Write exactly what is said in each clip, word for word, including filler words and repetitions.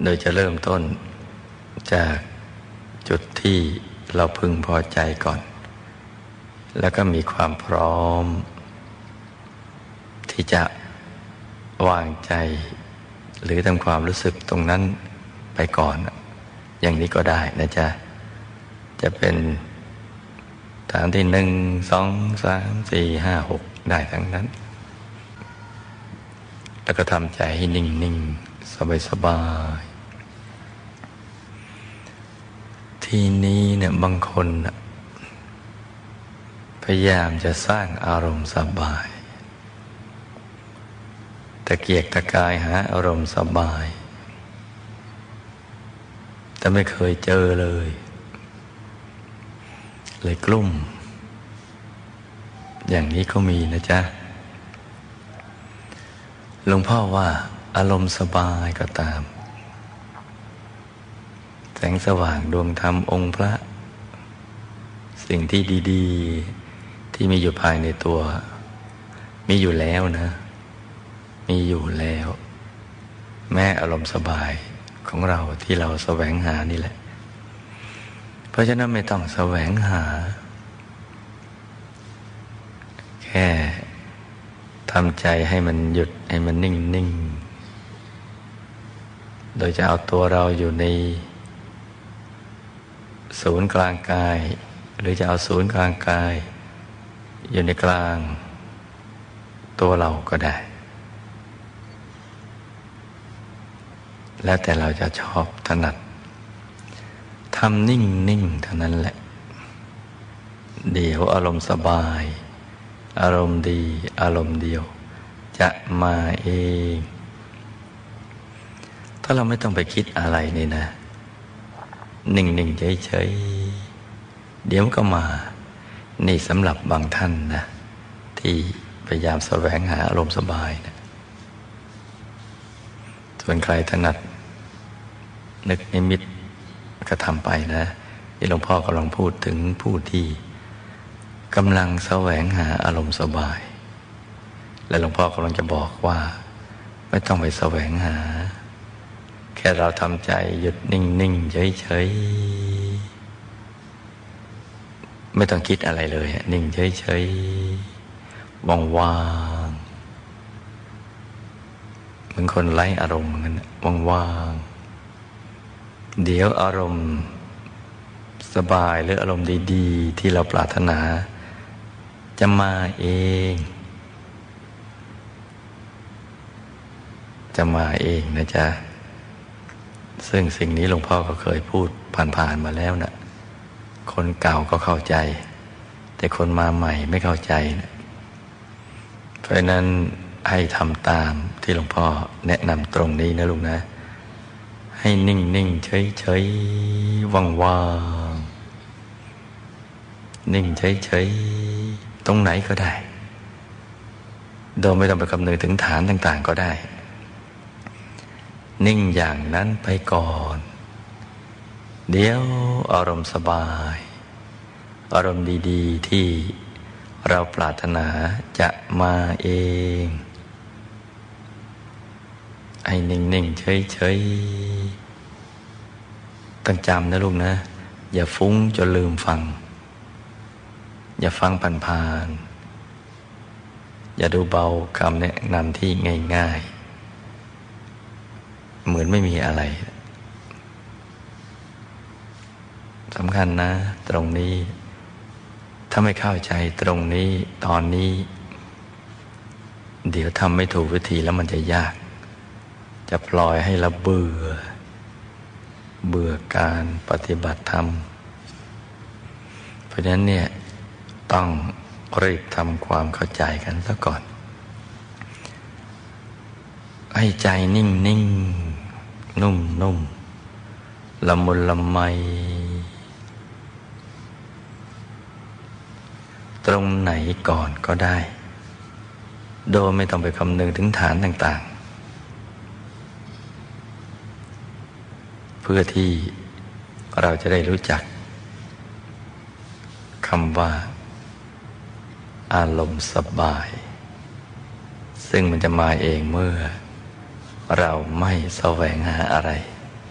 โดยจะเริ่มต้นจากจุดที่เราพึงพอใจก่อนแล้วก็มีความพร้อมที่จะวางใจหรือทำความรู้สึกตรงนั้นไปก่อนอย่างนี้ก็ได้นะจ๊ะจะเป็นฐานที่หนึ่งสองสามสี่ห้าหกได้ทั้งนั้นแล้วก็ทำใจให้นิ่งนิ่งสบายสบายทีนี้เนี่ยบางคนพยายามจะสร้างอารมณ์สบายตะเกียกตะกายหาอารมณ์สบายแต่ไม่เคยเจอเลยเลยกลุ้มอย่างนี้ก็มีนะจ๊ะหลวงพ่อว่าอารมณ์สบายก็ตามแสงสว่างดวงธรรมองค์พระสิ่งที่ดีๆที่มีอยู่ภายในตัวมีอยู่แล้วนะมีอยู่แล้วแม้อารมณ์สบายของเราที่เราแสวงหานี่แหละเพราะฉะนั้นไม่ต้องแสวงหาแค่ทำใจให้มันหยุดให้มันนิ่งนิ่งโดยจะเอาตัวเราอยู่ในศูนย์กลางกายหรือจะเอาศูนย์กลางกายอยู่ในกลางตัวเราก็ได้แล้วแต่เราจะชอบถนัดทำนิ่งนิ่งเท่านั้นแหละเดี๋ยวอารมณ์สบายอารมณ์ดีอารมณ์เดียวจะมาเองถ้าเราไม่ต้องไปคิดอะไรนี่นะนิ่งนิ่งเฉยเฉยเดี๋ยวก็มานี่สำหรับบางท่านนะที่พยายามแสวงหาอารมณ์สบายนะส่วนใครถนัดนึกนิมิตก็ทำไปนะที่หลวงพ่อกำลังพูดถึงผู้ที่กำลังแสวงหาอารมณ์สบายและหลวงพ่อกำลังจะบอกว่าไม่ต้องไปแสวงหาแค่เราทำใจหยุดนิ่งๆเฉยๆไม่ต้องคิดอะไรเลยนิ่งเฉยๆว่างๆเหมือนคนไร้อารมณ์เหมือนกันว่างๆเดี๋ยวอารมณ์สบายหรืออารมณ์ดีๆที่เราปรารถนาจะมาเองจะมาเองนะจ๊ะซึ่งสิ่งนี้หลวงพ่อก็เคยพูดผ่านๆมาแล้วนะคนเก่าก็เข้าใจแต่คนมาใหม่ไม่เข้าใจนะเพราะนั้นให้ทำตามที่หลวงพ่อแนะนำตรงนี้นะลูกนะให้นิ่งๆเฉยๆว่างๆนิ่งเฉยๆตรงไหนก็ได้โดยไม่ต้องไปคำนึงถึงฐานต่างๆก็ได้นิ่งอย่างนั้นไปก่อนเดี๋ยวอารมณ์สบายอารมณ์ดีๆที่เราปรารถนาจะมาเองให้นิ่งๆเฉยๆต้องจำนะลูกนะอย่าฟุ้งจนลืมฟังอย่าฟังผ่านๆอย่าดูเบาคำแนะนำที่ง่ายๆเหมือนไม่มีอะไรสำคัญนะตรงนี้ถ้าไม่เข้าใจตรงนี้ตอนนี้เดี๋ยวทำไม่ถูกวิธีแล้วมันจะยากจะปล่อยให้เราเบื่อเบื่อการปฏิบัติธรรมเพราะฉะนั้นเนี่ยต้องรีบทำความเข้าใจกันซะก่อนให้ใจนิ่งนิ่งนุ่มนุ่มละมุนละไมตรงไหนก่อนก็ได้โดยไม่ต้องไปคำนึงถึงฐานต่างๆเพื่อที่เราจะได้รู้จักคำว่าอารมณ์สบายซึ่งมันจะมาเองเมื่อเราไม่แสวงหาอะไร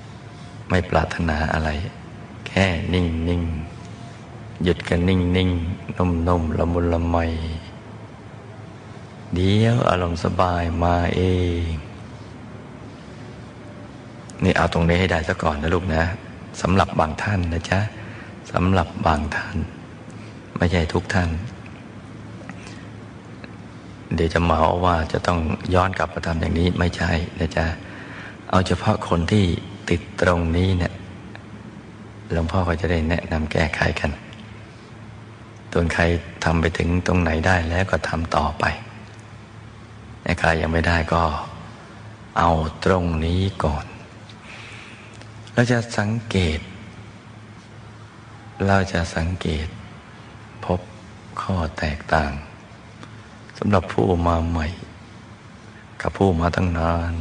ไม่ปรารถนาอะไรแค่นิ่งนิ่งหยุดกันนิ่งนิ่งนุ่มนุ่มละมุนละไมเดี๋ยวอารมณ์สบายมาเองนี่เอาตรงนี้ให้ได้ซะก่อนนะลูกนะสำหรับบางท่านนะจ๊ะสำหรับบางท่านไม่ใช่ทุกท่านเดี๋ยวจะเหมาว่าจะต้องย้อนกลับมาทำอย่างนี้ไม่ใช่นะจ๊ะเอาเฉพาะคนที่ติดตรงนี้เนี่ยหลวงพ่อก็จะได้แนะนำแก้ไขกันตัวใครทำไปถึงตรงไหนได้แล้วก็ทำต่อไปใครยังไม่ได้ก็เอาตรงนี้ก่อนเราจะสังเกตเราจะสังเกตพบข้อแตกต่างสำหรับผู้มาใหม่กับผู้มาตั้งนาน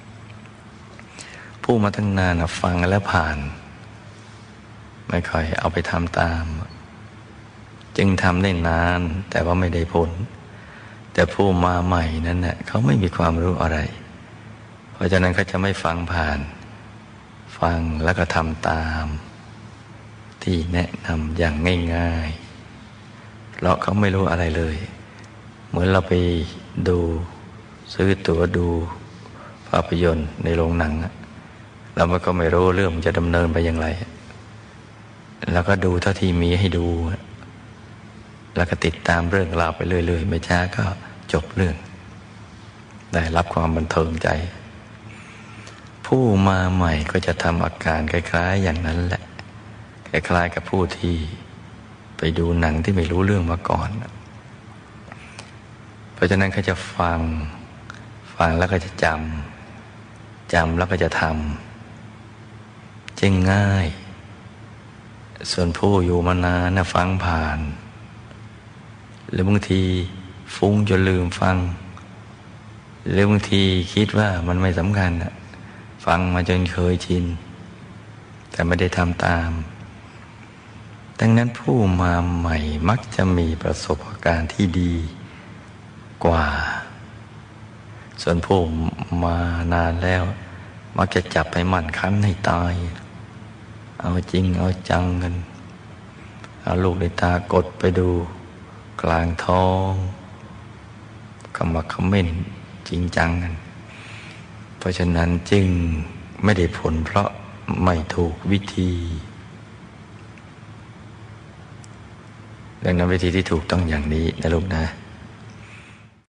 ผู้มาตั้งนานฟังแล้วผ่านไม่ค่อยเอาไปทำตามจึงทำได้นานแต่ว่าไม่ได้ผลแต่ผู้มาใหม่นั้นเนี่ยเขาไม่มีความรู้อะไรเพราะฉะนั้นเขาจะไม่ฟังผ่านฟังแล้วก็ทำตามที่แนะนำอย่างง่ายๆเพราะเขาไม่รู้อะไรเลยเหมือนเราไปดูซื้อตั๋วดูภาพยนตร์ในโรงหนังเราก็ไม่รู้เรื่องมันจะดำเนินไปอย่างไรแล้วก็ดูเท่าที่มีให้ดูแล้วก็ติดตามเรื่องราวไปเรื่อยๆไม่ช้าก็จบเรื่องได้รับความบันเทิงใจผู้มาใหม่ก็จะทำอาการคล้ายๆอย่างนั้นแหละคล้ายๆกับผู้ที่ไปดูหนังที่ไม่รู้เรื่องมาก่อนเพราะฉะนั้นเขาจะฟังฟังแล้วก็จะจำจำแล้วก็จะทำจึงง่ายส่วนผู้อยู่มานานนะฟังผ่านหรือบางทีฟุ้งจนลืมฟังหรือบางทีคิดว่ามันไม่สำคัญนะฟังมาจนเคยชินแต่ไม่ได้ทำตามดังนั้นผู้มาใหม่มักจะมีประสบการณ์ที่ดีกว่าส่วนผู้มานานแล้วมักจะจับไปหมั่นคั้นให้ตายเอาจริงเอาจังกันเอาลูกในตากดไปดูกลางท้องขมักเขม้นจริงจังกันเพราะฉะนั้นจึงไม่ได้ผลเพราะไม่ถูกวิธีดังนั้นวิธีที่ถูกต้องอย่างนี้นะลูกนะ